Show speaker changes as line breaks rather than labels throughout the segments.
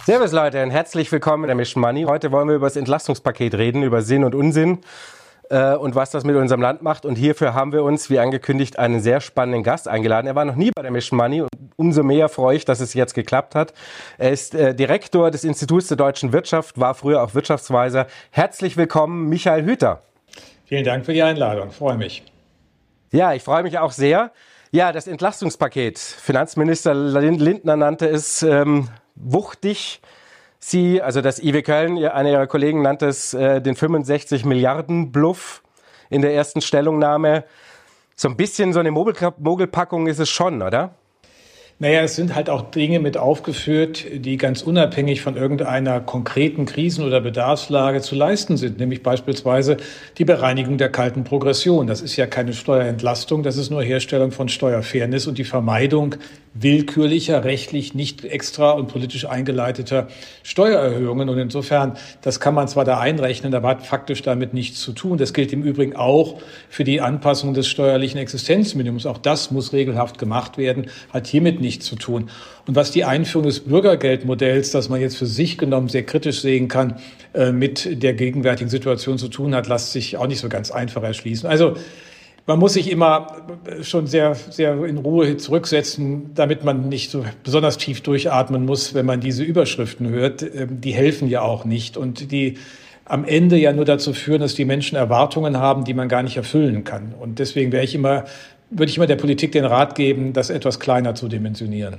Servus Leute und herzlich willkommen in der Mission Money. Heute wollen wir über das Entlastungspaket reden, über Sinn und Unsinn und was das mit unserem Land macht. Und hierfür haben wir uns, wie angekündigt, einen sehr spannenden Gast eingeladen. Er war noch nie bei der Mission Money und umso mehr freue ich, dass es jetzt geklappt hat. Er ist Direktor des Instituts der deutschen Wirtschaft, war früher auch Wirtschaftsweiser. Herzlich willkommen, Michael Hüter.
Vielen Dank für die Einladung, freue mich.
Ja, ich freue mich auch sehr. Ja, das Entlastungspaket. Finanzminister Lindner nannte es wuchtig. Sie, also das IW Köln, einer Ihrer Kollegen, nannte es den 65 Milliarden Bluff in der ersten Stellungnahme. So ein bisschen so eine Mogelpackung ist es schon, oder?
Naja, es sind halt auch Dinge mit aufgeführt, die ganz unabhängig von irgendeiner konkreten Krisen- oder Bedarfslage zu leisten sind, nämlich beispielsweise die Bereinigung der kalten Progression. Das ist ja keine Steuerentlastung, das ist nur Herstellung von Steuerfairness und die Vermeidung willkürlicher, rechtlich nicht extra und politisch eingeleiteter Steuererhöhungen. Und insofern, das kann man zwar da einrechnen, aber hat faktisch damit nichts zu tun. Das gilt im Übrigen auch für die Anpassung des steuerlichen Existenzminimums. Auch das muss regelhaft gemacht werden, hat hiermit nichts zu tun. Und was die Einführung des Bürgergeldmodells, das man jetzt für sich genommen sehr kritisch sehen kann, mit der gegenwärtigen Situation zu tun hat, lässt sich auch nicht so ganz einfach erschließen. Also man muss sich immer schon sehr, sehr in Ruhe zurücksetzen, damit man nicht so besonders tief durchatmen muss, wenn man diese Überschriften hört. Die helfen ja auch nicht und die am Ende ja nur dazu führen, dass die Menschen Erwartungen haben, die man gar nicht erfüllen kann. Und deswegen würde ich immer der Politik den Rat geben, das etwas kleiner zu dimensionieren.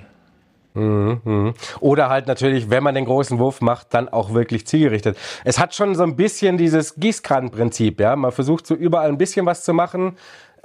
Oder halt natürlich, wenn man den großen Wurf macht, dann auch wirklich zielgerichtet. Es hat schon so ein bisschen dieses Gießkannenprinzip, ja. Man versucht so überall ein bisschen was zu machen,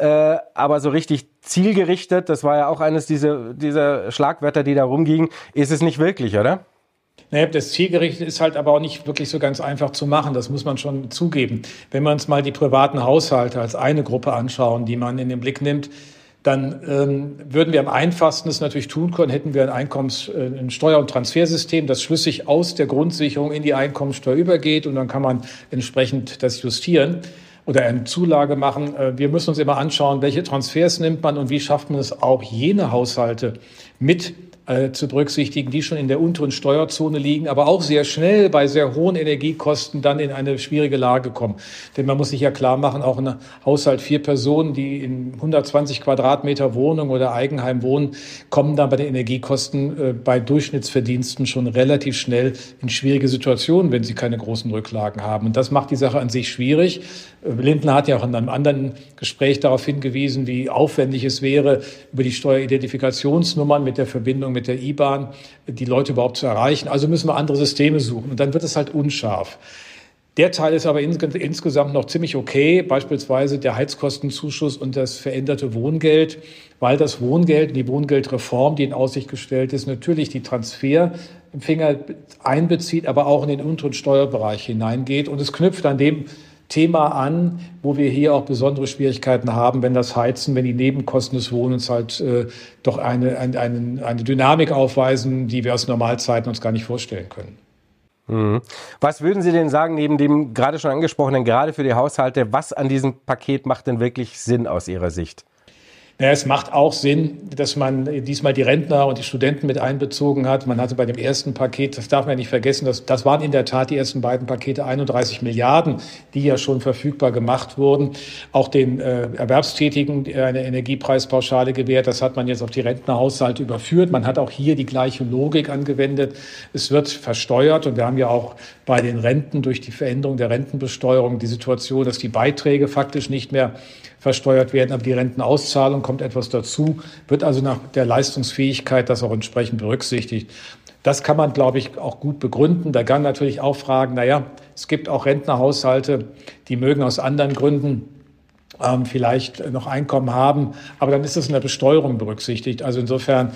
aber so richtig zielgerichtet, das war ja auch eines dieser Schlagwörter, die da rumgingen, ist es nicht wirklich, oder?
Naja, das zielgerichtet ist halt aber auch nicht wirklich so ganz einfach zu machen. Das muss man schon zugeben. Wenn wir uns mal die privaten Haushalte als eine Gruppe anschauen, die man in den Blick nimmt, dann würden wir am einfachsten es natürlich tun können, hätten wir ein Steuer- und Transfersystem, das schlüssig aus der Grundsicherung in die Einkommensteuer übergeht und dann kann man entsprechend das justieren oder eine Zulage machen. Wir müssen uns immer anschauen, welche Transfers nimmt man und wie schafft man es auch, jene Haushalte mit zu berücksichtigen, die schon in der unteren Steuerzone liegen, aber auch sehr schnell bei sehr hohen Energiekosten dann in eine schwierige Lage kommen. Denn man muss sich ja klar machen, auch ein Haushalt 4 Personen, die in 120 Quadratmeter Wohnung oder Eigenheim wohnen, kommen dann bei den Energiekosten bei Durchschnittsverdiensten schon relativ schnell in schwierige Situationen, wenn sie keine großen Rücklagen haben. Und das macht die Sache an sich schwierig. Lindner hat ja auch in einem anderen Gespräch darauf hingewiesen, wie aufwendig es wäre, über die Steueridentifikationsnummern mit der Verbindung mit der IBAN die Leute überhaupt zu erreichen. Also müssen wir andere Systeme suchen. Und dann wird es halt unscharf. Der Teil ist aber insgesamt noch ziemlich okay, beispielsweise der Heizkostenzuschuss und das veränderte Wohngeld, weil das Wohngeld, die Wohngeldreform, die in Aussicht gestellt ist, natürlich die Transferempfänger einbezieht, aber auch in den unteren Steuerbereich hineingeht. Und es knüpft an dem Thema an, wo wir hier auch besondere Schwierigkeiten haben, wenn die Nebenkosten des Wohnens halt doch eine Dynamik aufweisen, die wir aus Normalzeiten uns gar nicht vorstellen können.
Was würden Sie denn sagen, neben dem gerade schon angesprochenen, gerade für die Haushalte, was an diesem Paket macht denn wirklich Sinn aus Ihrer Sicht?
Naja, es macht auch Sinn, dass man diesmal die Rentner und die Studenten mit einbezogen hat. Man hatte bei dem ersten Paket, das darf man ja nicht vergessen, das waren in der Tat die ersten beiden Pakete 31 Milliarden, die ja schon verfügbar gemacht wurden. Auch den Erwerbstätigen eine Energiepreispauschale gewährt. Das hat man jetzt auf die Rentnerhaushalte überführt. Man hat auch hier die gleiche Logik angewendet. Es wird versteuert und wir haben ja auch bei den Renten durch die Veränderung der Rentenbesteuerung die Situation, dass die Beiträge faktisch nicht mehr versteuert werden, aber die Rentenauszahlung kommt etwas dazu, wird also nach der Leistungsfähigkeit das auch entsprechend berücksichtigt. Das kann man, glaube ich, auch gut begründen. Da kann natürlich auch fragen, es gibt auch Rentnerhaushalte, die mögen aus anderen Gründen vielleicht noch Einkommen haben, aber dann ist das in der Besteuerung berücksichtigt. Also insofern,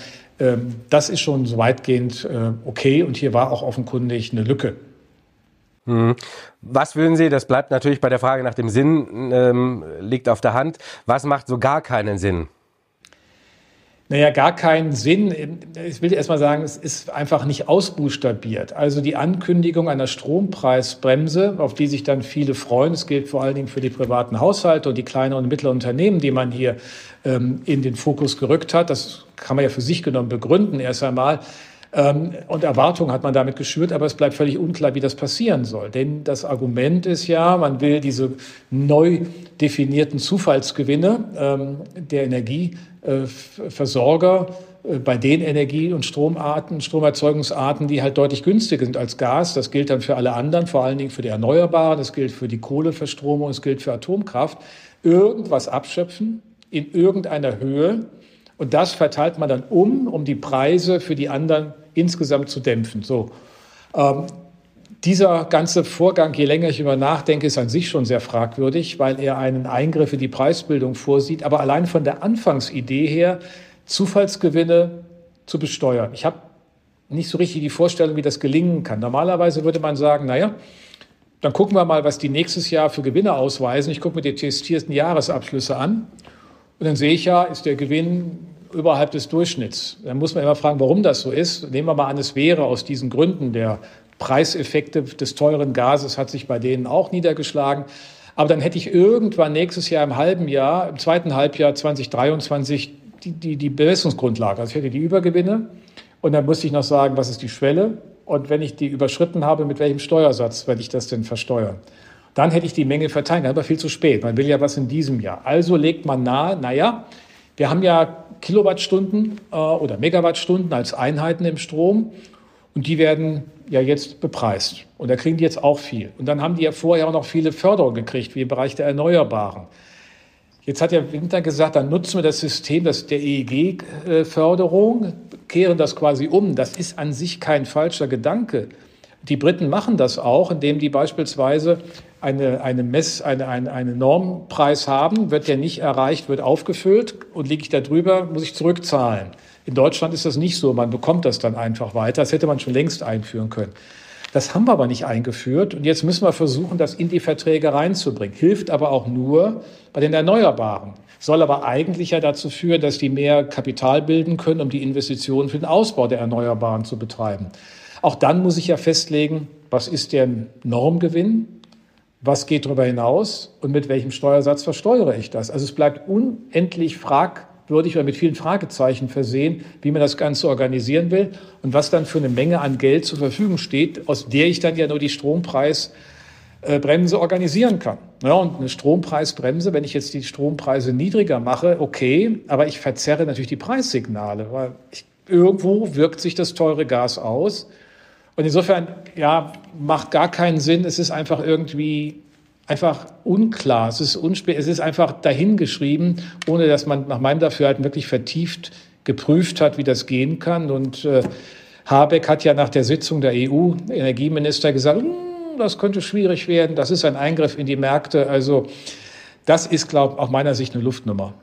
das ist schon so weitgehend okay und hier war auch offenkundig eine Lücke.
Was würden Sie, das bleibt natürlich bei der Frage nach dem Sinn, liegt auf der Hand, was macht so gar keinen Sinn?
Naja, gar keinen Sinn. Ich will erst mal sagen, es ist einfach nicht ausbuchstabiert. Also die Ankündigung einer Strompreisbremse, auf die sich dann viele freuen, es gilt vor allen Dingen für die privaten Haushalte und die kleinen und mittleren Unternehmen, die man hier in den Fokus gerückt hat. Das kann man ja für sich genommen begründen erst einmal. Und Erwartungen hat man damit geschürt, aber es bleibt völlig unklar, wie das passieren soll. Denn das Argument ist ja, man will diese neu definierten Zufallsgewinne der Energieversorger bei den Energie- und Stromerzeugungsarten, die halt deutlich günstiger sind als Gas. Das gilt dann für alle anderen, vor allen Dingen für die Erneuerbaren, das gilt für die Kohleverstromung, das gilt für Atomkraft. Irgendwas abschöpfen in irgendeiner Höhe und das verteilt man dann um die Preise für die anderen insgesamt zu dämpfen. So. Dieser ganze Vorgang, je länger ich über nachdenke, ist an sich schon sehr fragwürdig, weil er einen Eingriff in die Preisbildung vorsieht. Aber allein von der Anfangsidee her, Zufallsgewinne zu besteuern. Ich habe nicht so richtig die Vorstellung, wie das gelingen kann. Normalerweise würde man sagen, naja, dann gucken wir mal, was die nächstes Jahr für Gewinne ausweisen. Ich gucke mir die testierten Jahresabschlüsse an und dann sehe ich ja, ist der Gewinn überhalb des Durchschnitts. Dann muss man immer fragen, warum das so ist. Nehmen wir mal an, es wäre aus diesen Gründen, der Preiseffekte des teuren Gases hat sich bei denen auch niedergeschlagen. Aber dann hätte ich irgendwann nächstes Jahr im zweiten Halbjahr 2023 die Bemessungsgrundlage. Also ich hätte die Übergewinne und dann musste ich noch sagen, was ist die Schwelle? Und wenn ich die überschritten habe, mit welchem Steuersatz werde ich das denn versteuern? Dann hätte ich die Menge verteilt, aber viel zu spät. Man will ja was in diesem Jahr. Also legt man nahe, naja, wir haben ja Kilowattstunden oder Megawattstunden als Einheiten im Strom und die werden ja jetzt bepreist. Und da kriegen die jetzt auch viel. Und dann haben die ja vorher auch noch viele Förderungen gekriegt, wie im Bereich der Erneuerbaren. Jetzt hat der Winter gesagt, dann nutzen wir das System der EEG-Förderung, kehren das quasi um. Das ist an sich kein falscher Gedanke. Die Briten machen das auch, indem die beispielsweise einen Normpreis haben, wird der nicht erreicht, wird aufgefüllt und liege ich da drüber, muss ich zurückzahlen. In Deutschland ist das nicht so, man bekommt das dann einfach weiter. Das hätte man schon längst einführen können. Das haben wir aber nicht eingeführt und jetzt müssen wir versuchen, das in die Verträge reinzubringen. Hilft aber auch nur bei den Erneuerbaren. Soll aber eigentlich ja dazu führen, dass die mehr Kapital bilden können, um die Investitionen für den Ausbau der Erneuerbaren zu betreiben. Auch dann muss ich ja festlegen, was ist der Normgewinn, was geht darüber hinaus und mit welchem Steuersatz versteuere ich das. Also es bleibt unendlich fragwürdig oder mit vielen Fragezeichen versehen, wie man das Ganze organisieren will und was dann für eine Menge an Geld zur Verfügung steht, aus der ich dann ja nur die Strompreisbremse organisieren kann. Ja, und eine Strompreisbremse, wenn ich jetzt die Strompreise niedriger mache, okay, aber ich verzerre natürlich die Preissignale, weil irgendwo wirkt sich das teure Gas aus. Und insofern, ja, macht gar keinen Sinn. Es ist einfach unklar. Es ist einfach dahingeschrieben, ohne dass man nach meinem Dafürhalten wirklich vertieft geprüft hat, wie das gehen kann. Und Habeck hat ja nach der Sitzung der EU-Energieminister gesagt, das könnte schwierig werden. Das ist ein Eingriff in die Märkte. Also das ist, glaube ich, aus meiner Sicht eine Luftnummer.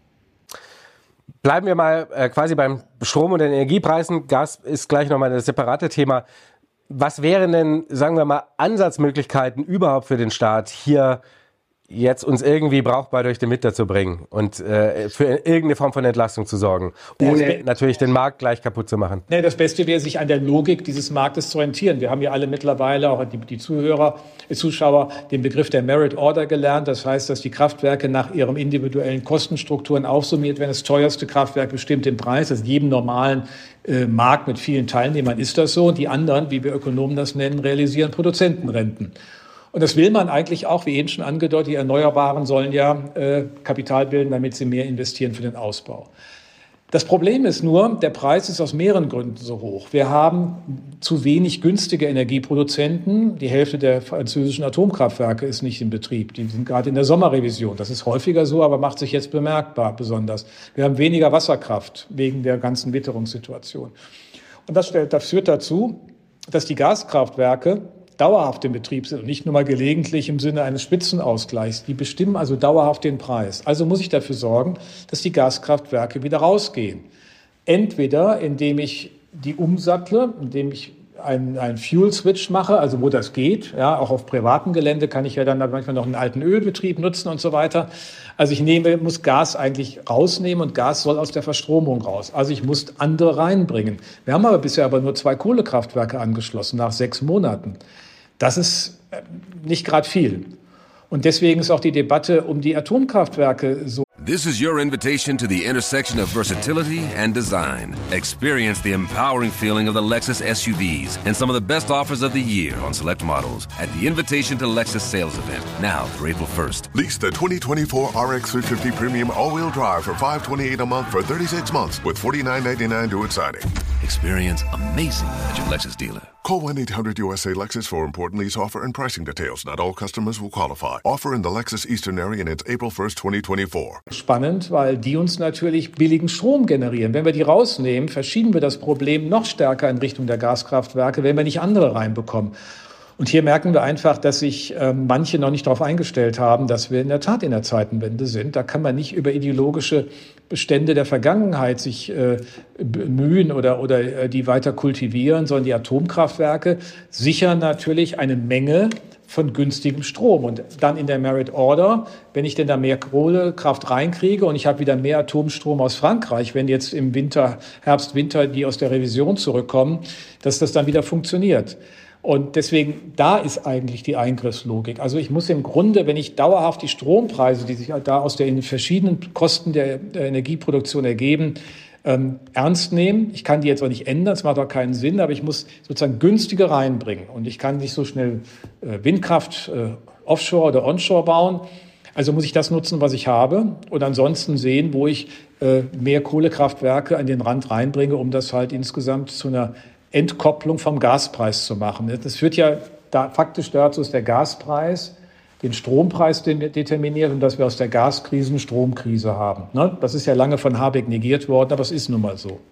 Bleiben wir mal quasi beim Strom und den Energiepreisen. Gas ist gleich nochmal das separate Thema. Was wären denn, sagen wir mal, Ansatzmöglichkeiten überhaupt für den Staat, hier jetzt uns irgendwie brauchbar durch den Winter zu bringen und für irgendeine Form von Entlastung zu sorgen, ohne natürlich den Markt gleich kaputt zu machen?
Nee, das Beste wäre, sich an der Logik dieses Marktes zu orientieren. Wir haben ja alle mittlerweile, auch die Zuschauer, den Begriff der Merit Order gelernt. Das heißt, dass die Kraftwerke nach ihren individuellen Kostenstrukturen aufsummiert werden. Das teuerste Kraftwerk bestimmt den Preis. Das ist jedem normalen Markt mit vielen Teilnehmern ist das so. Und die anderen, wie wir Ökonomen das nennen, realisieren Produzentenrenten. Und das will man eigentlich auch, wie eben schon angedeutet, die Erneuerbaren sollen ja Kapital bilden, damit sie mehr investieren für den Ausbau. Das Problem ist nur, der Preis ist aus mehreren Gründen so hoch. Wir haben zu wenig günstige Energieproduzenten. Die Hälfte der französischen Atomkraftwerke ist nicht in Betrieb. Die sind gerade in der Sommerrevision. Das ist häufiger so, aber macht sich jetzt bemerkbar besonders. Wir haben weniger Wasserkraft wegen der ganzen Witterungssituation. Und das führt dazu, dass die Gaskraftwerke dauerhaft im Betrieb sind und nicht nur mal gelegentlich im Sinne eines Spitzenausgleichs. Die bestimmen also dauerhaft den Preis. Also muss ich dafür sorgen, dass die Gaskraftwerke wieder rausgehen. Entweder indem ich die umsattle, indem ich einen Fuel-Switch mache, also wo das geht. Ja, auch auf privatem Gelände kann ich ja dann manchmal noch einen alten Ölbetrieb nutzen und so weiter. Also ich muss Gas eigentlich rausnehmen und Gas soll aus der Verstromung raus. Also ich muss andere reinbringen. Wir haben aber bisher nur 2 Kohlekraftwerke angeschlossen nach 6 Monaten. Das ist nicht gerade viel. Und deswegen ist auch die Debatte um die Atomkraftwerke so.
This is your invitation to the intersection of versatility and design. Experience the empowering feeling of the Lexus SUVs and some of the best offers of the year on select models at the Invitation to Lexus sales event, now through April 1st.
Lease the 2024 RX 350 Premium all-wheel drive for $528 a month for 36 months with $49.99 due at signing.
Experience amazing at your Lexus dealer.
Call 1-800-USA-LEXUS for important lease offer and pricing details. Not all customers will qualify. Offer in the Lexus Eastern area and it's April 1st, 2024.
Spannend, weil die uns natürlich billigen Strom generieren. Wenn wir die rausnehmen, verschieben wir das Problem noch stärker in Richtung der Gaskraftwerke, wenn wir nicht andere reinbekommen. Und hier merken wir einfach, dass sich manche noch nicht darauf eingestellt haben, dass wir in der Tat in der Zeitenwende sind. Da kann man nicht über ideologische Bestände der Vergangenheit sich bemühen oder die weiter kultivieren, sondern die Atomkraftwerke sichern natürlich eine Menge von günstigem Strom. Und dann in der Merit Order, wenn ich denn da mehr Kohlekraft reinkriege und ich habe wieder mehr Atomstrom aus Frankreich, wenn jetzt im Winter, Herbst, Winter die aus der Revision zurückkommen, dass das dann wieder funktioniert. Und deswegen, da ist eigentlich die Eingriffslogik. Also ich muss im Grunde, wenn ich dauerhaft die Strompreise, die sich halt da aus den verschiedenen Kosten der Energieproduktion ergeben, ernst nehmen. Ich kann die jetzt auch nicht ändern, das macht auch keinen Sinn, aber ich muss sozusagen günstige reinbringen. Und ich kann nicht so schnell Windkraft offshore oder onshore bauen. Also muss ich das nutzen, was ich habe, und ansonsten sehen, wo ich mehr Kohlekraftwerke an den Rand reinbringe, um das halt insgesamt zu einer Entkopplung vom Gaspreis zu machen. Das führt ja faktisch dazu, dass der Gaspreis den Strompreis determiniert und dass wir aus der Gaskrise eine Stromkrise haben. Das ist ja lange von Habeck negiert worden, aber es ist nun mal so.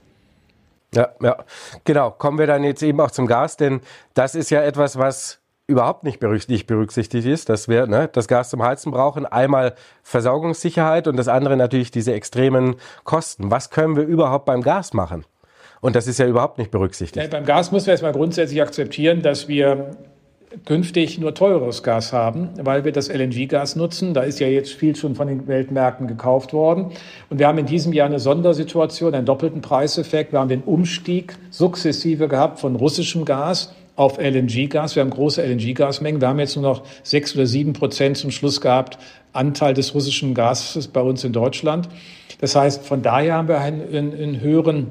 Ja, genau. Kommen wir dann jetzt eben auch zum Gas, denn das ist ja etwas, was überhaupt nicht berücksichtigt ist, dass wir das Gas zum Heizen brauchen. Einmal Versorgungssicherheit und das andere natürlich diese extremen Kosten. Was können wir überhaupt beim Gas machen? Und das ist ja überhaupt nicht berücksichtigt.
Ja, beim Gas müssen wir erstmal grundsätzlich akzeptieren, dass wir künftig nur teureres Gas haben, weil wir das LNG-Gas nutzen. Da ist ja jetzt viel schon von den Weltmärkten gekauft worden. Und wir haben in diesem Jahr eine Sondersituation, einen doppelten Preiseffekt. Wir haben den Umstieg sukzessive gehabt von russischem Gas auf LNG-Gas. Wir haben große LNG-Gasmengen. Wir haben jetzt nur noch 6 oder 7% zum Schluss gehabt, Anteil des russischen Gases bei uns in Deutschland. Das heißt, von daher haben wir einen höheren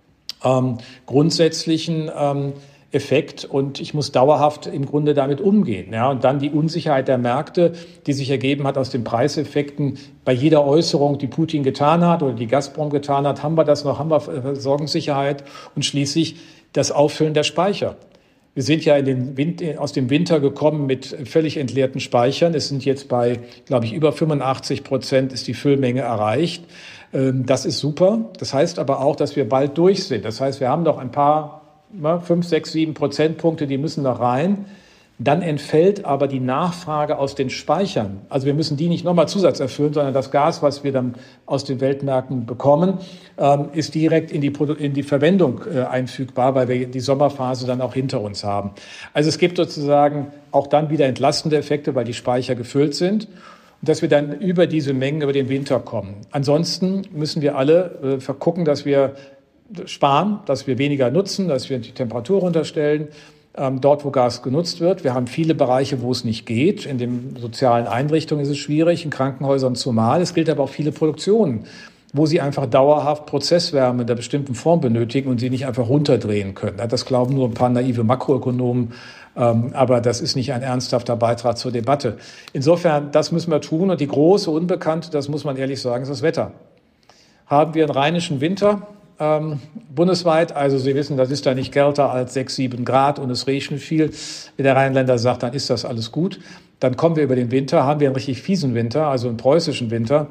grundsätzlichen Effekt, und ich muss dauerhaft im Grunde damit umgehen. Ja, und dann die Unsicherheit der Märkte, die sich ergeben hat aus den Preiseffekten. Bei jeder Äußerung, die Putin getan hat oder die Gazprom getan hat, haben wir das noch, haben wir Versorgungssicherheit, und schließlich das Auffüllen der Speicher. Wir sind ja aus dem Winter gekommen mit völlig entleerten Speichern. Es sind jetzt bei, glaube ich, über 85% ist die Füllmenge erreicht. Das ist super. Das heißt aber auch, dass wir bald durch sind. Das heißt, wir haben noch ein paar 5, 6, 7 Prozentpunkte, die müssen noch rein. Dann entfällt aber die Nachfrage aus den Speichern. Also wir müssen die nicht nochmal Zusatz erfüllen, sondern das Gas, was wir dann aus den Weltmärkten bekommen, ist direkt in die Verwendung einfügbar, weil wir die Sommerphase dann auch hinter uns haben. Also es gibt sozusagen auch dann wieder entlastende Effekte, weil die Speicher gefüllt sind. Dass wir dann über diese Mengen über den Winter kommen. Ansonsten müssen wir alle gucken, dass wir sparen, dass wir weniger nutzen, dass wir die Temperatur runterstellen, dort, wo Gas genutzt wird. Wir haben viele Bereiche, wo es nicht geht. In den sozialen Einrichtungen ist es schwierig, in Krankenhäusern zumal. Es gilt aber auch viele Produktionen, wo sie einfach dauerhaft Prozesswärme in einer bestimmten Form benötigen und sie nicht einfach runterdrehen können. Das glauben nur ein paar naive Makroökonomen. Aber das ist nicht ein ernsthafter Beitrag zur Debatte. Insofern, das müssen wir tun. Und die große Unbekannte, das muss man ehrlich sagen, ist das Wetter. Haben wir einen rheinischen Winter bundesweit? Also Sie wissen, das ist da nicht kälter als 6, 7 Grad und es regnet viel. Wenn der Rheinländer sagt, dann ist das alles gut. Dann kommen wir über den Winter, haben wir einen richtig fiesen Winter, also einen preußischen Winter.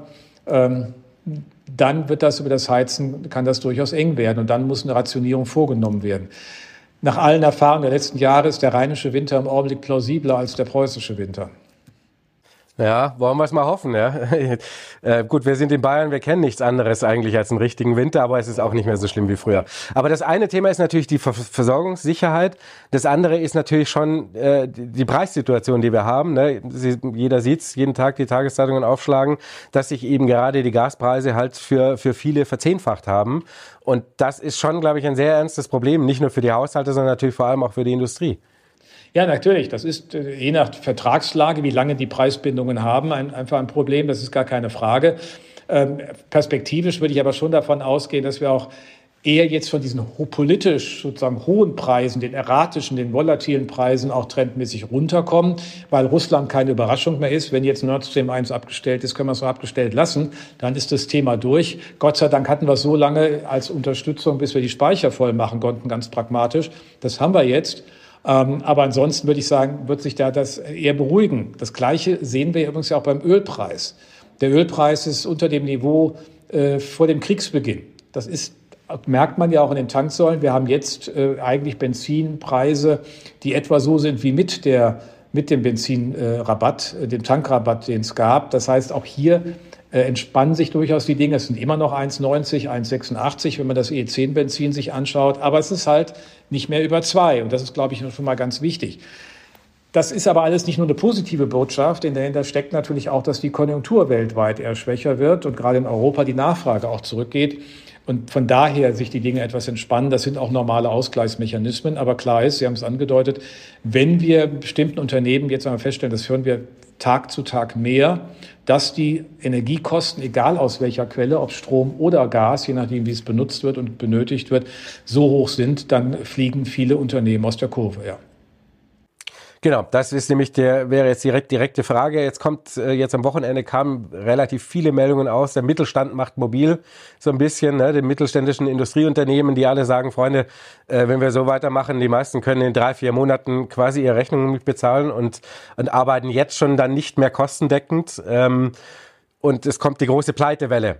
Dann wird das über das Heizen, kann das durchaus eng werden. Und dann muss eine Rationierung vorgenommen werden. Nach allen Erfahrungen der letzten Jahre ist der rheinische Winter im Augenblick plausibler als der preußische Winter.
Ja, wollen wir es mal hoffen, ja. Gut, wir sind in Bayern, wir kennen nichts anderes eigentlich als einen richtigen Winter, aber es ist auch nicht mehr so schlimm wie früher. Aber das eine Thema ist natürlich die Versorgungssicherheit. Das andere ist natürlich schon die Preissituation, die wir haben. Ne? Jeder sieht's, jeden Tag die Tageszeitungen aufschlagen, dass sich eben gerade die Gaspreise halt für viele verzehnfacht haben. Und das ist schon, glaube ich, ein sehr ernstes Problem, nicht nur für die Haushalte, sondern natürlich vor allem auch für die Industrie.
Ja, natürlich. Das ist je nach Vertragslage, wie lange die Preisbindungen haben, einfach ein Problem. Das ist gar keine Frage. Perspektivisch würde ich aber schon davon ausgehen, dass wir auch eher jetzt von diesen politisch sozusagen hohen Preisen, den erratischen, den volatilen Preisen auch trendmäßig runterkommen, weil Russland keine Überraschung mehr ist. Wenn jetzt Nord Stream 1 abgestellt ist, können wir es so abgestellt lassen, dann ist das Thema durch. Gott sei Dank hatten wir es so lange als Unterstützung, bis wir die Speicher voll machen konnten, ganz pragmatisch. Das haben wir jetzt. Aber ansonsten würde ich sagen, wird sich da das eher beruhigen. Das Gleiche sehen wir übrigens ja auch beim Ölpreis. Der Ölpreis ist unter dem Niveau vor dem Kriegsbeginn. Das merkt man ja auch in den Tanksäulen. Wir haben jetzt eigentlich Benzinpreise, die etwa so sind wie mit dem Benzinrabatt, dem Tankrabatt, den es gab. Das heißt, auch hier entspannen sich durchaus die Dinge. Es sind immer noch 1,90, 1,86, wenn man das E10-Benzin sich anschaut. Aber es ist halt nicht mehr über 2. Und das ist, glaube ich, schon mal ganz wichtig. Das ist aber alles nicht nur eine positive Botschaft, denn dahinter steckt natürlich auch, dass die Konjunktur weltweit eher schwächer wird und gerade in Europa die Nachfrage auch zurückgeht. Und von daher sich die Dinge etwas entspannen. Das sind auch normale Ausgleichsmechanismen. Aber klar ist, Sie haben es angedeutet, wenn wir bestimmten Unternehmen jetzt einmal feststellen, das hören wir Tag zu Tag mehr, dass die Energiekosten, egal aus welcher Quelle, ob Strom oder Gas, je nachdem, wie es benutzt wird und benötigt wird, so hoch sind, dann fliegen viele Unternehmen aus der Kurve, ja.
Genau, das ist nämlich wäre jetzt die direkte Frage. Jetzt am Wochenende kamen relativ viele Meldungen aus. Der Mittelstand macht mobil so ein bisschen, ne, die mittelständischen Industrieunternehmen, die alle sagen, Freunde, wenn wir so weitermachen, die meisten können in 3-4 Monaten quasi ihre Rechnungen nicht bezahlen und arbeiten jetzt schon dann nicht mehr kostendeckend. Und es kommt die große Pleitewelle.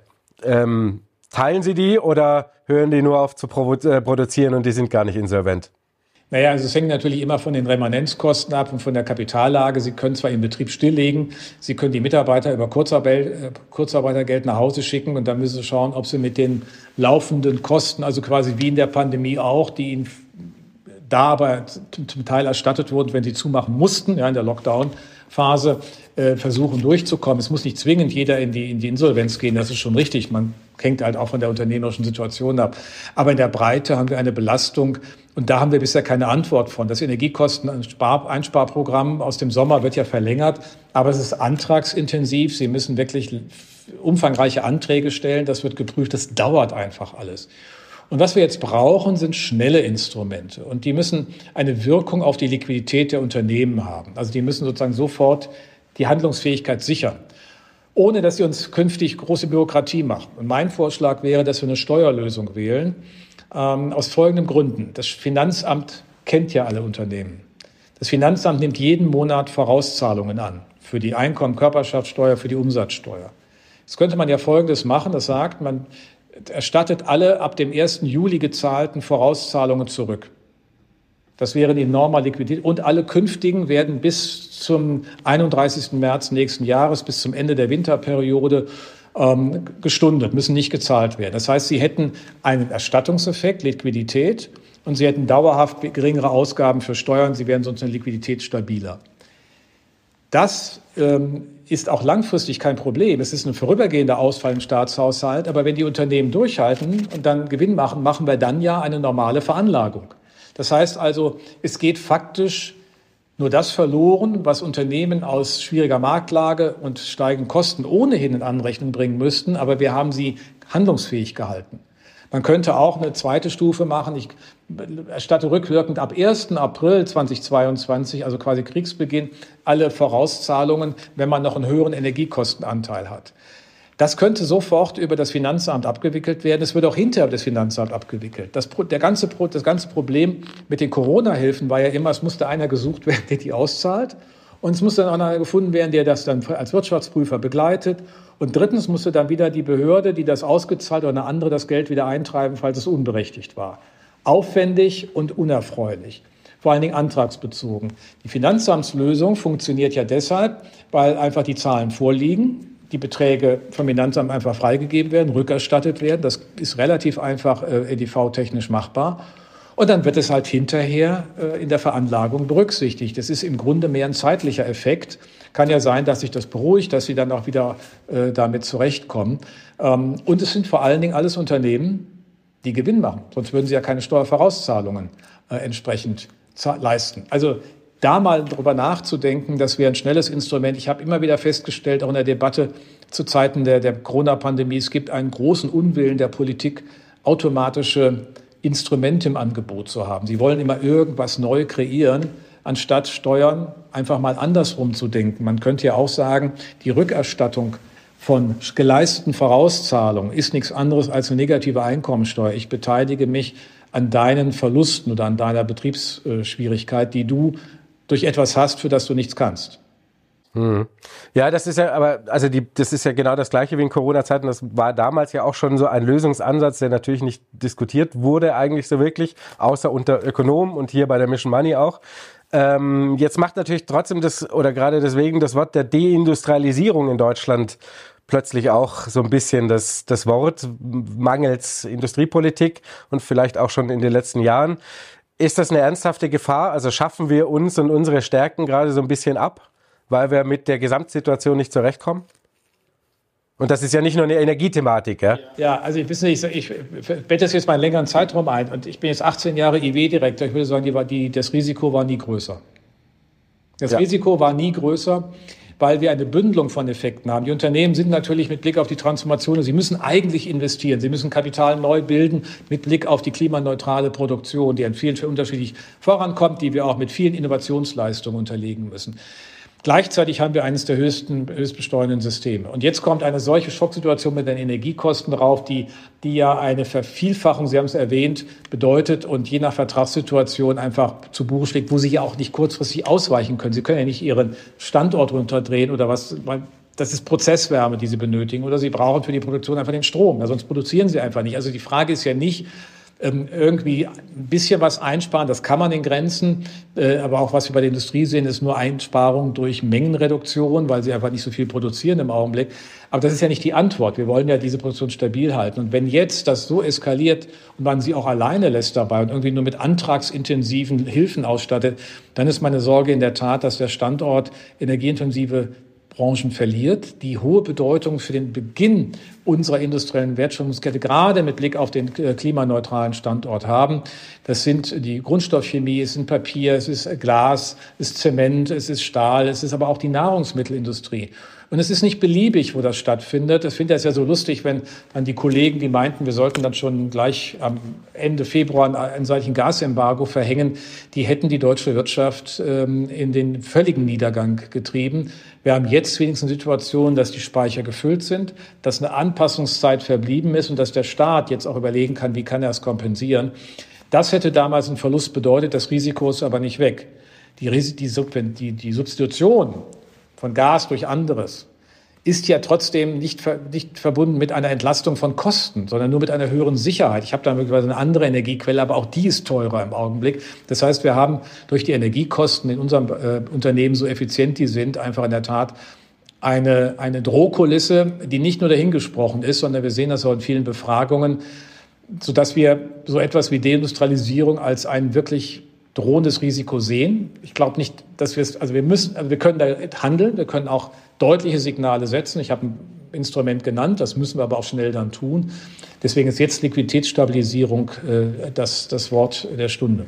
Teilen Sie die oder hören die nur auf zu produzieren und die sind gar nicht insolvent?
Naja, also es hängt natürlich immer von den Remanenzkosten ab und von der Kapitallage. Sie können zwar Ihren Betrieb stilllegen, Sie können die Mitarbeiter über Kurzarbeitergeld nach Hause schicken und dann müssen Sie schauen, ob Sie mit den laufenden Kosten, also quasi wie in der Pandemie auch, die Ihnen da aber zum Teil erstattet wurden, wenn Sie zumachen mussten, ja, in der Lockdown-Phase, versuchen durchzukommen. Es muss nicht zwingend jeder in die Insolvenz gehen, das ist schon richtig. Man hängt halt auch von der unternehmerischen Situation ab. Aber in der Breite haben wir eine Belastung und da haben wir bisher keine Antwort von. Das Energiekosten-Einsparprogramm aus dem Sommer wird ja verlängert, aber es ist antragsintensiv. Sie müssen wirklich umfangreiche Anträge stellen. Das wird geprüft. Das dauert einfach alles. Und was wir jetzt brauchen, sind schnelle Instrumente. Und die müssen eine Wirkung auf die Liquidität der Unternehmen haben. Also die müssen sozusagen sofort die Handlungsfähigkeit sichern, ohne dass sie uns künftig große Bürokratie machen. Und mein Vorschlag wäre, dass wir eine Steuerlösung wählen, aus folgenden Gründen. Das Finanzamt kennt ja alle Unternehmen. Das Finanzamt nimmt jeden Monat Vorauszahlungen an für die Einkommen-, Körperschaftssteuer, für die Umsatzsteuer. Jetzt könnte man ja Folgendes machen, das sagt, man erstattet alle ab dem 1. Juli gezahlten Vorauszahlungen zurück. Das wäre eine enorme Liquidität. Und alle künftigen werden bis zum 31. März nächsten Jahres, bis zum Ende der Winterperiode gestundet, müssen nicht gezahlt werden. Das heißt, Sie hätten einen Erstattungseffekt, Liquidität, und Sie hätten dauerhaft geringere Ausgaben für Steuern. Sie wären sonst eine Liquidität stabiler. Das ist auch langfristig kein Problem. Es ist ein vorübergehender Ausfall im Staatshaushalt. Aber wenn die Unternehmen durchhalten und dann Gewinn machen, machen wir dann ja eine normale Veranlagung. Das heißt also, es geht faktisch nur das verloren, was Unternehmen aus schwieriger Marktlage und steigenden Kosten ohnehin in Anrechnung bringen müssten. Aber wir haben sie handlungsfähig gehalten. Man könnte auch eine zweite Stufe machen. Ich erstatte rückwirkend ab 1. April 2022, also quasi Kriegsbeginn, alle Vorauszahlungen, wenn man noch einen höheren Energiekostenanteil hat. Das könnte sofort über das Finanzamt abgewickelt werden. Es wird auch hinterher das Finanzamt abgewickelt. Das ganze Problem mit den Corona-Hilfen war ja immer, es musste einer gesucht werden, der die auszahlt. Und es musste dann auch einer gefunden werden, der das dann als Wirtschaftsprüfer begleitet. Und drittens musste dann wieder die Behörde, die das ausgezahlt oder eine andere, das Geld wieder eintreiben, falls es unberechtigt war. Aufwendig und unerfreulich. Vor allen Dingen antragsbezogen. Die Finanzamtslösung funktioniert ja deshalb, weil einfach die Zahlen vorliegen. Die Beträge vom Finanzamt einfach freigegeben werden, rückerstattet werden. Das ist relativ einfach EDV-technisch machbar. Und dann wird es halt hinterher in der Veranlagung berücksichtigt. Das ist im Grunde mehr ein zeitlicher Effekt. Kann ja sein, dass sich das beruhigt, dass Sie dann auch wieder damit zurechtkommen. Und es sind vor allen Dingen alles Unternehmen, die Gewinn machen. Sonst würden sie ja keine Steuervorauszahlungen entsprechend leisten. Also da mal drüber nachzudenken, das wäre ein schnelles Instrument. Ich habe immer wieder festgestellt, auch in der Debatte zu Zeiten der Corona-Pandemie, es gibt einen großen Unwillen der Politik, automatische Instrumente im Angebot zu haben. Sie wollen immer irgendwas neu kreieren, anstatt Steuern einfach mal andersrum zu denken. Man könnte ja auch sagen, die Rückerstattung von geleisteten Vorauszahlungen ist nichts anderes als eine negative Einkommensteuer. Ich beteilige mich an deinen Verlusten oder an deiner Betriebsschwierigkeit, die du durch etwas hast, für das du nichts kannst.
Ja, das ist ja, aber also das ist ja genau das Gleiche wie in Corona-Zeiten. Das war damals ja auch schon so ein Lösungsansatz, der natürlich nicht diskutiert wurde eigentlich so wirklich, außer unter Ökonomen und hier bei der Mission Money auch. Jetzt macht natürlich trotzdem oder gerade deswegen das Wort der Deindustrialisierung in Deutschland plötzlich auch so ein bisschen das Wort mangels Industriepolitik und vielleicht auch schon in den letzten Jahren. Ist das eine ernsthafte Gefahr? Also schaffen wir uns und unsere Stärken gerade so ein bisschen ab, weil wir mit der Gesamtsituation nicht zurechtkommen? Und das ist ja nicht nur eine Energiethematik, ja?
Ja, also ich bette das jetzt mal einen längeren Zeitraum ein. Und ich bin jetzt 18 Jahre IW-Direktor. Ich würde sagen, das Risiko war nie größer. Das Risiko war nie größer, weil wir eine Bündelung von Effekten haben. Die Unternehmen sind natürlich mit Blick auf die Transformation, sie müssen eigentlich investieren. Sie müssen Kapital neu bilden mit Blick auf die klimaneutrale Produktion, die an vielen Stellen unterschiedlich vorankommt, die wir auch mit vielen Innovationsleistungen unterlegen müssen. Gleichzeitig haben wir eines der höchstbesteuernden Systeme. Und jetzt kommt eine solche Schocksituation mit den Energiekosten drauf, die ja eine Vervielfachung, Sie haben es erwähnt, bedeutet und je nach Vertragssituation einfach zu Buche schlägt, wo Sie ja auch nicht kurzfristig ausweichen können. Sie können ja nicht Ihren Standort runterdrehen oder was, weil das ist Prozesswärme, die Sie benötigen, oder Sie brauchen für die Produktion einfach den Strom, sonst produzieren Sie einfach nicht. Also die Frage ist ja nicht, irgendwie ein bisschen was einsparen, das kann man in Grenzen, aber auch was wir bei der Industrie sehen, ist nur Einsparung durch Mengenreduktion, weil sie einfach nicht so viel produzieren im Augenblick. Aber das ist ja nicht die Antwort. Wir wollen ja diese Produktion stabil halten. Und wenn jetzt das so eskaliert und man sie auch alleine lässt dabei und irgendwie nur mit antragsintensiven Hilfen ausstattet, dann ist meine Sorge in der Tat, dass der Standort energieintensive Branchen verliert, die hohe Bedeutung für den Beginn unserer industriellen Wertschöpfungskette gerade mit Blick auf den klimaneutralen Standort haben. Das sind die Grundstoffchemie, es sind Papier, es ist Glas, es ist Zement, es ist Stahl, es ist aber auch die Nahrungsmittelindustrie. Und es ist nicht beliebig, wo das stattfindet. Ich finde das ja so lustig, wenn dann die Kollegen, die meinten, wir sollten dann schon gleich am Ende Februar ein solchen Gasembargo verhängen, die hätten die deutsche Wirtschaft in den völligen Niedergang getrieben. Wir haben jetzt wenigstens eine Situation, dass die Speicher gefüllt sind, dass eine Anpassungszeit verblieben ist und dass der Staat jetzt auch überlegen kann, wie kann er es kompensieren. Das hätte damals einen Verlust bedeutet, das Risiko ist aber nicht weg. Die Substitution von Gas durch anderes ist ja trotzdem nicht verbunden mit einer Entlastung von Kosten, sondern nur mit einer höheren Sicherheit. Ich habe da möglicherweise eine andere Energiequelle, aber auch die ist teurer im Augenblick. Das heißt, wir haben durch die Energiekosten in unserem Unternehmen, so effizient die sind, einfach in der Tat eine Drohkulisse, die nicht nur dahingesprochen ist, sondern wir sehen das auch in vielen Befragungen, sodass wir so etwas wie Deindustrialisierung als ein wirklich drohendes Risiko sehen. Ich glaube nicht, dass wir können da handeln, wir können auch deutliche Signale setzen. Ich habe ein Instrument genannt, das müssen wir aber auch schnell dann tun. Deswegen ist jetzt Liquiditätsstabilisierung das Wort der Stunde.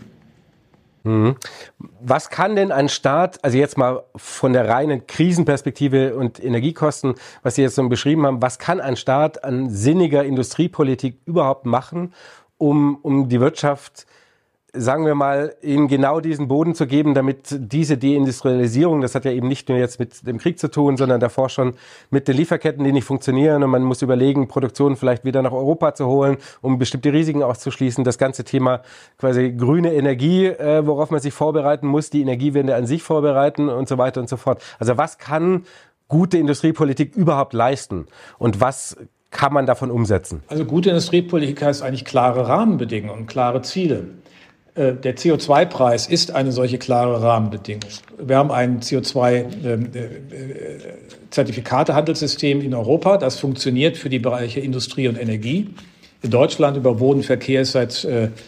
Was kann denn ein Staat, also jetzt mal von der reinen Krisenperspektive und Energiekosten, was Sie jetzt so beschrieben haben, was kann ein Staat an sinniger Industriepolitik überhaupt machen, um die Wirtschaft, sagen wir mal, ihnen genau diesen Boden zu geben, damit diese Deindustrialisierung, das hat ja eben nicht nur jetzt mit dem Krieg zu tun, sondern davor schon mit den Lieferketten, die nicht funktionieren und man muss überlegen, Produktion vielleicht wieder nach Europa zu holen, um bestimmte Risiken auszuschließen. Das ganze Thema quasi grüne Energie, worauf man sich vorbereiten muss, die Energiewende an sich vorbereiten und so weiter und so fort. Also was kann gute Industriepolitik überhaupt leisten und was kann man davon umsetzen?
Also gute Industriepolitik heißt eigentlich klare Rahmenbedingungen und klare Ziele. Der CO2-Preis ist eine solche klare Rahmenbedingung. Wir haben ein CO2-Zertifikatehandelssystem in Europa. Das funktioniert für die Bereiche Industrie und Energie. In Deutschland über Bodenverkehr ist seit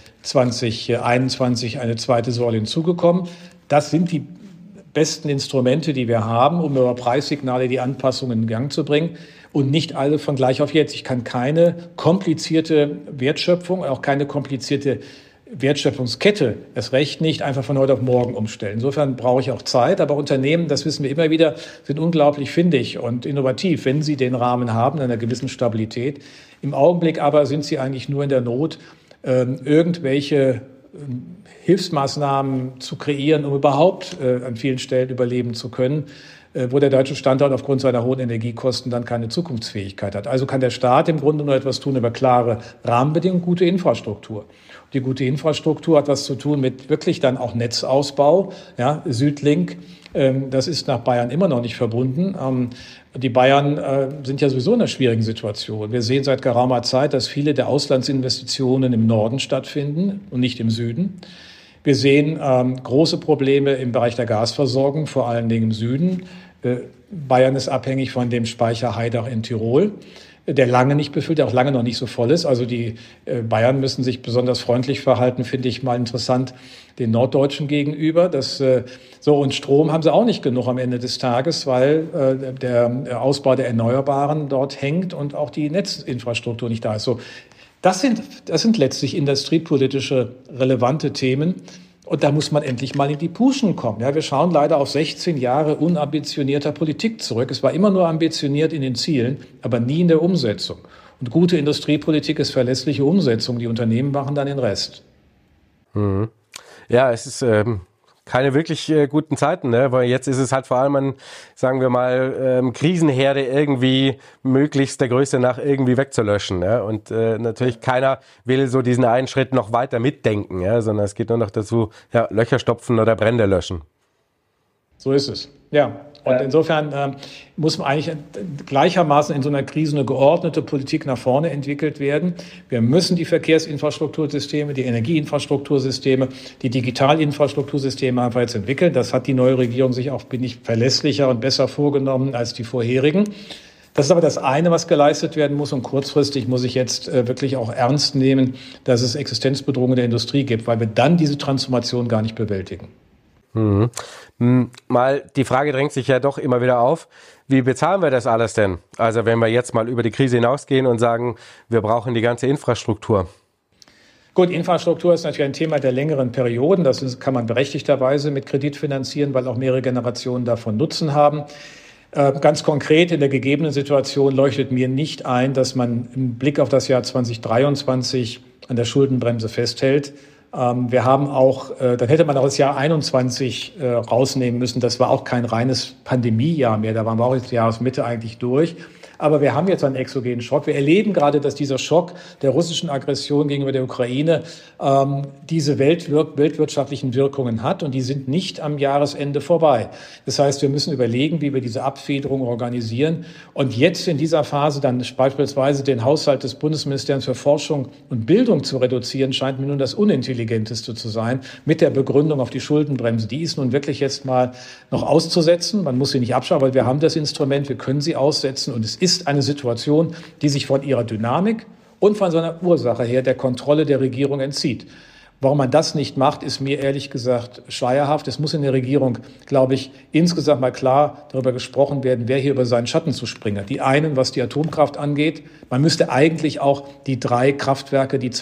2021 eine zweite Säule hinzugekommen. Das sind die besten Instrumente, die wir haben, um über Preissignale die Anpassungen in Gang zu bringen. Und nicht alle von gleich auf jetzt. Ich kann keine komplizierte Wertschöpfung, auch keine komplizierte Wertschöpfungskette erst recht nicht einfach von heute auf morgen umstellen. Insofern brauche ich auch Zeit, aber Unternehmen, das wissen wir immer wieder, sind unglaublich findig und innovativ, wenn sie den Rahmen haben, einer gewissen Stabilität. Im Augenblick aber sind sie eigentlich nur in der Not, irgendwelche Hilfsmaßnahmen zu kreieren, um überhaupt an vielen Stellen überleben zu können, wo der deutsche Standort aufgrund seiner hohen Energiekosten dann keine Zukunftsfähigkeit hat. Also kann der Staat im Grunde nur etwas tun über klare Rahmenbedingungen, gute Infrastruktur. Die gute Infrastruktur hat was zu tun mit wirklich dann auch Netzausbau. Ja, Südlink, das ist nach Bayern immer noch nicht verbunden. Die Bayern sind ja sowieso in einer schwierigen Situation. Wir sehen seit geraumer Zeit, dass viele der Auslandsinvestitionen im Norden stattfinden und nicht im Süden. Wir sehen große Probleme im Bereich der Gasversorgung, vor allen Dingen im Süden. Bayern ist abhängig von dem Speicher Haidach in Tirol, der lange nicht befüllt, der auch lange noch nicht so voll ist. Also die Bayern müssen sich besonders freundlich verhalten, finde ich mal interessant, den Norddeutschen gegenüber. Und Strom haben sie auch nicht genug am Ende des Tages, weil der Ausbau der Erneuerbaren dort hängt und auch die Netzinfrastruktur nicht da ist. So, das sind letztlich industriepolitische relevante Themen. Und da muss man endlich mal in die Puschen kommen. Ja, wir schauen leider auf 16 Jahre unambitionierter Politik zurück. Es war immer nur ambitioniert in den Zielen, aber nie in der Umsetzung. Und gute Industriepolitik ist verlässliche Umsetzung. Die Unternehmen machen dann den Rest.
Mhm. Ja, es ist keine wirklich guten Zeiten, ne? Weil jetzt ist es halt vor allem an, sagen wir mal, Krisenherde irgendwie möglichst der Größe nach irgendwie wegzulöschen. Ja? Und natürlich keiner will so diesen einen Schritt noch weiter mitdenken, ja? Sondern es geht nur noch dazu, ja, Löcher stopfen oder Brände löschen.
So ist es, ja. Und insofern muss man eigentlich gleichermaßen in so einer Krise eine geordnete Politik nach vorne entwickelt werden. Wir müssen die Verkehrsinfrastruktursysteme, die Energieinfrastruktursysteme, die Digitalinfrastruktursysteme einfach jetzt entwickeln. Das hat die neue Regierung sich auch, bin ich, verlässlicher und besser vorgenommen als die vorherigen. Das ist aber das eine, was geleistet werden muss. Und kurzfristig muss ich jetzt wirklich auch ernst nehmen, dass es Existenzbedrohungen der Industrie gibt, weil wir dann diese Transformation gar nicht bewältigen.
Mhm. Mal, die Frage drängt sich ja doch immer wieder auf, wie bezahlen wir das alles denn? Also wenn wir jetzt mal über die Krise hinausgehen und sagen, wir brauchen die ganze Infrastruktur.
Gut, Infrastruktur ist natürlich ein Thema der längeren Perioden. Das kann man berechtigterweise mit Kredit finanzieren, weil auch mehrere Generationen davon Nutzen haben. Ganz konkret in der gegebenen Situation leuchtet mir nicht ein, dass man im Blick auf das Jahr 2023 an der Schuldenbremse festhält. Wir haben auch, dann hätte man auch das Jahr 21 rausnehmen müssen. Das war auch kein reines Pandemiejahr mehr. Da waren wir auch jetzt Jahresmitte eigentlich durch. Aber wir haben jetzt einen exogenen Schock. Wir erleben gerade, dass dieser Schock der russischen Aggression gegenüber der Ukraine diese weltwirtschaftlichen Wirkungen hat. Und die sind nicht am Jahresende vorbei. Das heißt, wir müssen überlegen, wie wir diese Abfederung organisieren. Und jetzt in dieser Phase dann beispielsweise den Haushalt des Bundesministeriums für Forschung und Bildung zu reduzieren, scheint mir nun das Unintelligenteste zu sein. Mit der Begründung auf die Schuldenbremse. Die ist nun wirklich jetzt mal noch auszusetzen. Man muss sie nicht abschauen, weil wir haben das Instrument, wir können sie aussetzen. Und es ist eine Situation, die sich von ihrer Dynamik und von seiner Ursache her der Kontrolle der Regierung entzieht. Warum man das nicht macht, ist mir ehrlich gesagt schleierhaft. Es muss in der Regierung, glaube ich, insgesamt mal klar darüber gesprochen werden, wer hier über seinen Schatten zu springen hat. Die einen, was die Atomkraft angeht. Man müsste eigentlich auch die 3 Kraftwerke, die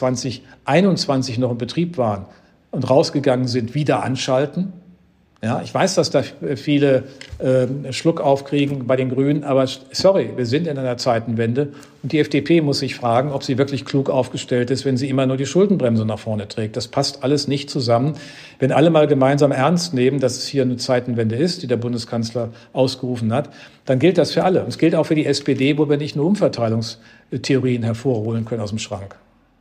2021 noch in Betrieb waren und rausgegangen sind, wieder anschalten. Ja, ich weiß, dass da viele Schluck aufkriegen bei den Grünen, aber sorry, wir sind in einer Zeitenwende und die FDP muss sich fragen, ob sie wirklich klug aufgestellt ist, wenn sie immer nur die Schuldenbremse nach vorne trägt. Das passt alles nicht zusammen. Wenn alle mal gemeinsam ernst nehmen, dass es hier eine Zeitenwende ist, die der Bundeskanzler ausgerufen hat, dann gilt das für alle. Und es gilt auch für die SPD, wo wir nicht nur Umverteilungstheorien hervorholen können aus dem Schrank.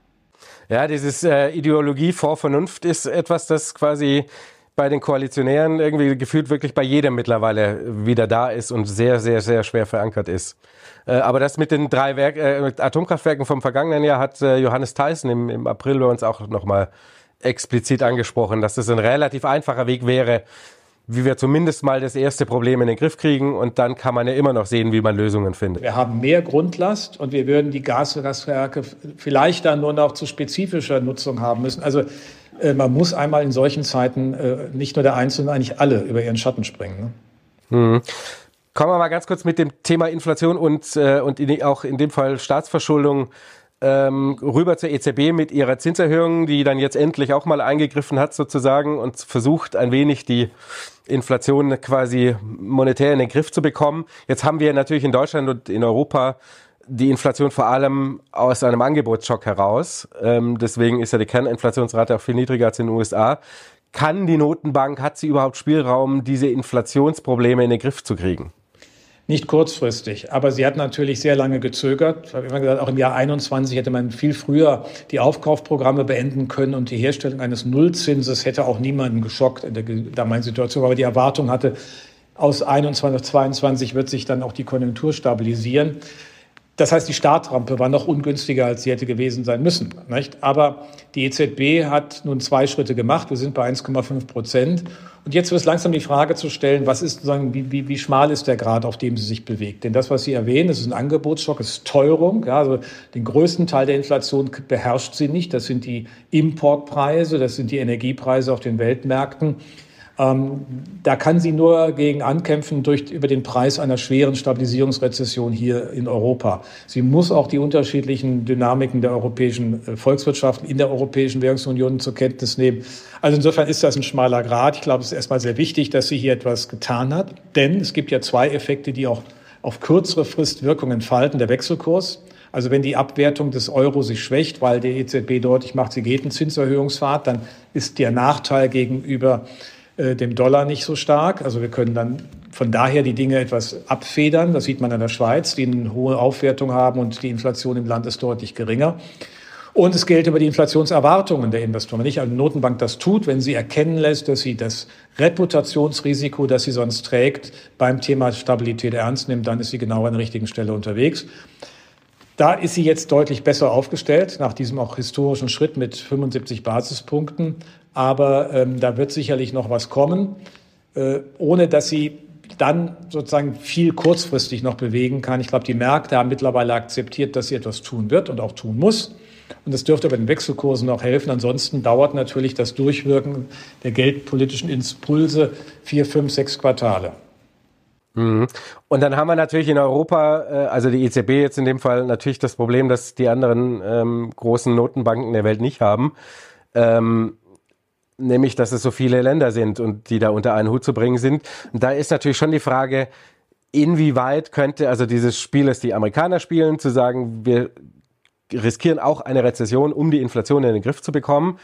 Ja, dieses Ideologie vor Vernunft ist etwas, das quasi bei den Koalitionären irgendwie gefühlt wirklich bei jedem mittlerweile wieder da ist und sehr, sehr, sehr schwer verankert ist. Aber das mit den 3 Atomkraftwerken vom vergangenen Jahr hat Johannes Theissen im April bei uns auch nochmal explizit angesprochen, dass das ein relativ einfacher Weg wäre, wie wir zumindest mal das erste Problem in den Griff kriegen und dann kann man ja immer noch sehen, wie man Lösungen findet.
Wir haben mehr Grundlast und wir würden die Gaskraftwerke vielleicht dann nur noch zu spezifischer Nutzung haben müssen. Also man muss einmal in solchen Zeiten nicht nur der Einzelne, eigentlich alle über ihren Schatten springen. Ne?
Mhm. Kommen wir mal ganz kurz mit dem Thema Inflation und auch in dem Fall Staatsverschuldung rüber zur EZB mit ihrer Zinserhöhung, die dann jetzt endlich auch mal eingegriffen hat sozusagen und versucht ein wenig die Inflation quasi monetär in den Griff zu bekommen. Jetzt haben wir natürlich in Deutschland und in Europa die Inflation vor allem aus einem Angebotsschock heraus. Deswegen ist ja die Kerninflationsrate auch viel niedriger als in den USA. Kann die Notenbank, hat sie überhaupt Spielraum, diese Inflationsprobleme in den Griff zu kriegen?
Nicht kurzfristig, aber sie hat natürlich sehr lange gezögert. Ich habe immer gesagt, auch im Jahr 21 hätte man viel früher die Aufkaufprogramme beenden können und die Herstellung eines Nullzinses hätte auch niemanden geschockt in der damaligen Situation. Aber die Erwartung hatte, aus 21 auf 22 wird sich dann auch die Konjunktur stabilisieren. Das heißt, die Startrampe war noch ungünstiger, als sie hätte gewesen sein müssen, nicht? Aber die EZB hat nun 2 Schritte gemacht. Wir sind bei 1,5%. Und jetzt wird es langsam die Frage zu stellen, was ist sozusagen, wie schmal ist der Grad, auf dem sie sich bewegt? Denn das, was Sie erwähnen, ist ein Angebotsschock, ist Teuerung. Ja, also den größten Teil der Inflation beherrscht sie nicht. Das sind die Importpreise, das sind die Energiepreise auf den Weltmärkten. Da kann sie nur gegen ankämpfen über den Preis einer schweren Stabilisierungsrezession hier in Europa. Sie muss auch die unterschiedlichen Dynamiken der europäischen Volkswirtschaften in der Europäischen Währungsunion zur Kenntnis nehmen. Also insofern ist das ein schmaler Grat. Ich glaube, es ist erstmal sehr wichtig, dass sie hier etwas getan hat. Denn es gibt ja 2 Effekte, die auch auf kürzere Frist Wirkung entfalten. Der Wechselkurs. Also wenn die Abwertung des Euro sich schwächt, weil die EZB deutlich macht, sie geht in Zinserhöhungsfahrt, dann ist der Nachteil gegenüber dem Dollar nicht so stark. Also wir können dann von daher die Dinge etwas abfedern. Das sieht man in der Schweiz, die eine hohe Aufwertung haben und die Inflation im Land ist deutlich geringer. Und es gilt über die Inflationserwartungen der Investoren. Wenn nicht eine Notenbank das tut, wenn sie erkennen lässt, dass sie das Reputationsrisiko, das sie sonst trägt, beim Thema Stabilität ernst nimmt, dann ist sie genau an der richtigen Stelle unterwegs. Da ist sie jetzt deutlich besser aufgestellt, nach diesem auch historischen Schritt mit 75 Basispunkten. Aber da wird sicherlich noch was kommen, ohne dass sie dann sozusagen viel kurzfristig noch bewegen kann. Ich glaube, die Märkte haben mittlerweile akzeptiert, dass sie etwas tun wird und auch tun muss. Und das dürfte bei den Wechselkursen auch helfen. Ansonsten dauert natürlich das Durchwirken der geldpolitischen Impulse 4, 5, 6 Quartale.
Und dann haben wir natürlich in Europa, also die EZB jetzt in dem Fall, natürlich das Problem, dass die anderen großen Notenbanken der Welt nicht haben. Nämlich, dass es so viele Länder sind und die da unter einen Hut zu bringen sind. Und da ist natürlich schon die Frage, inwieweit könnte, also dieses Spiel, das die Amerikaner spielen, zu sagen, wir riskieren auch eine Rezession, um die Inflation in den Griff zu bekommen.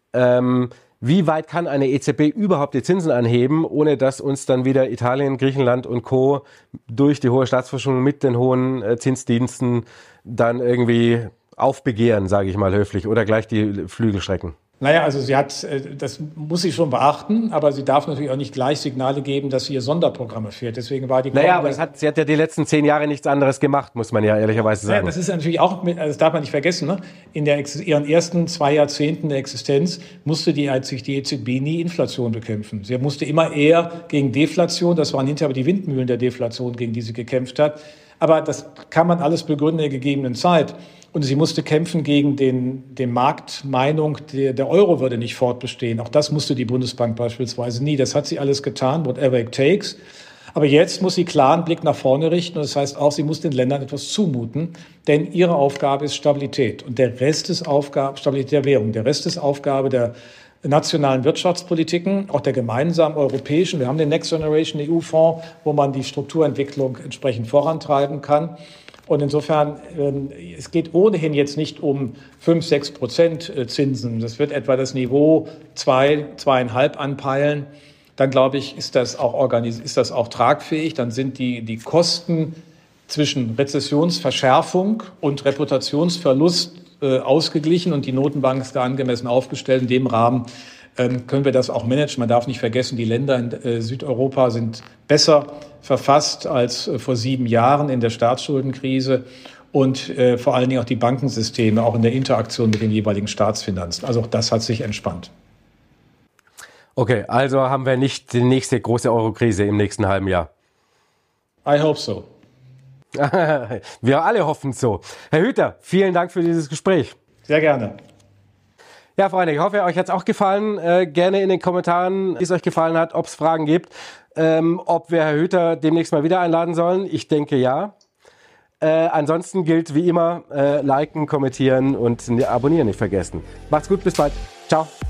Wie weit kann eine EZB überhaupt die Zinsen anheben, ohne dass uns dann wieder Italien, Griechenland und Co. durch die hohe Staatsverschuldung mit den hohen Zinsdiensten dann irgendwie aufbegehren, sage ich mal höflich, oder gleich die Flügel strecken?
Naja, also das muss sie schon beachten, aber sie darf natürlich auch nicht gleich Signale geben, dass sie ihr Sonderprogramme fährt. Deswegen war die
aber sie hat ja die letzten 10 Jahre nichts anderes gemacht, muss man ja ehrlicherweise sagen.
Ja, das ist natürlich auch, das darf man nicht vergessen, ne? In ihren ersten 2 Jahrzehnten der Existenz musste die EZB nie Inflation bekämpfen. Sie musste immer eher gegen Deflation, das waren hinterher die Windmühlen der Deflation, gegen die sie gekämpft hat. Aber das kann man alles begründen in der gegebenen Zeit. Und sie musste kämpfen gegen die Marktmeinung, der Euro würde nicht fortbestehen. Auch das musste die Bundesbank beispielsweise nie. Das hat sie alles getan, whatever it takes. Aber jetzt muss sie klaren Blick nach vorne richten. Und das heißt auch, sie muss den Ländern etwas zumuten. Denn ihre Aufgabe ist Stabilität. Und der Rest ist Stabilität der Währung. Der Rest ist Aufgabe der nationalen Wirtschaftspolitiken, auch der gemeinsamen europäischen. Wir haben den Next Generation EU-Fonds, wo man die Strukturentwicklung entsprechend vorantreiben kann. Und insofern, es geht ohnehin jetzt nicht um 5-6% Zinsen. Das wird etwa das Niveau 2,5 anpeilen. Dann, glaube ich, ist das auch tragfähig. Dann sind die Kosten zwischen Rezessionsverschärfung und Reputationsverlust ausgeglichen und die Notenbank ist da angemessen aufgestellt. In dem Rahmen können wir das auch managen. Man darf nicht vergessen, die Länder in Südeuropa sind besser verfasst als vor 7 Jahren in der Staatsschuldenkrise und vor allen Dingen auch die Bankensysteme, auch in der Interaktion mit den jeweiligen Staatsfinanzen. Also auch das hat sich entspannt.
Okay, also haben wir nicht die nächste große Euro-Krise im nächsten halben Jahr.
I hope so.
Wir alle hoffen so. Herr Hüter, vielen Dank für dieses Gespräch.
Sehr gerne.
Ja, Freunde, ich hoffe, euch hat es auch gefallen. Gerne in den Kommentaren, wie es euch gefallen hat, ob es Fragen gibt, ob wir Herr Hüter demnächst mal wieder einladen sollen. Ich denke ja. Ansonsten gilt wie immer, liken, kommentieren und abonnieren nicht vergessen. Macht's gut, bis bald. Ciao.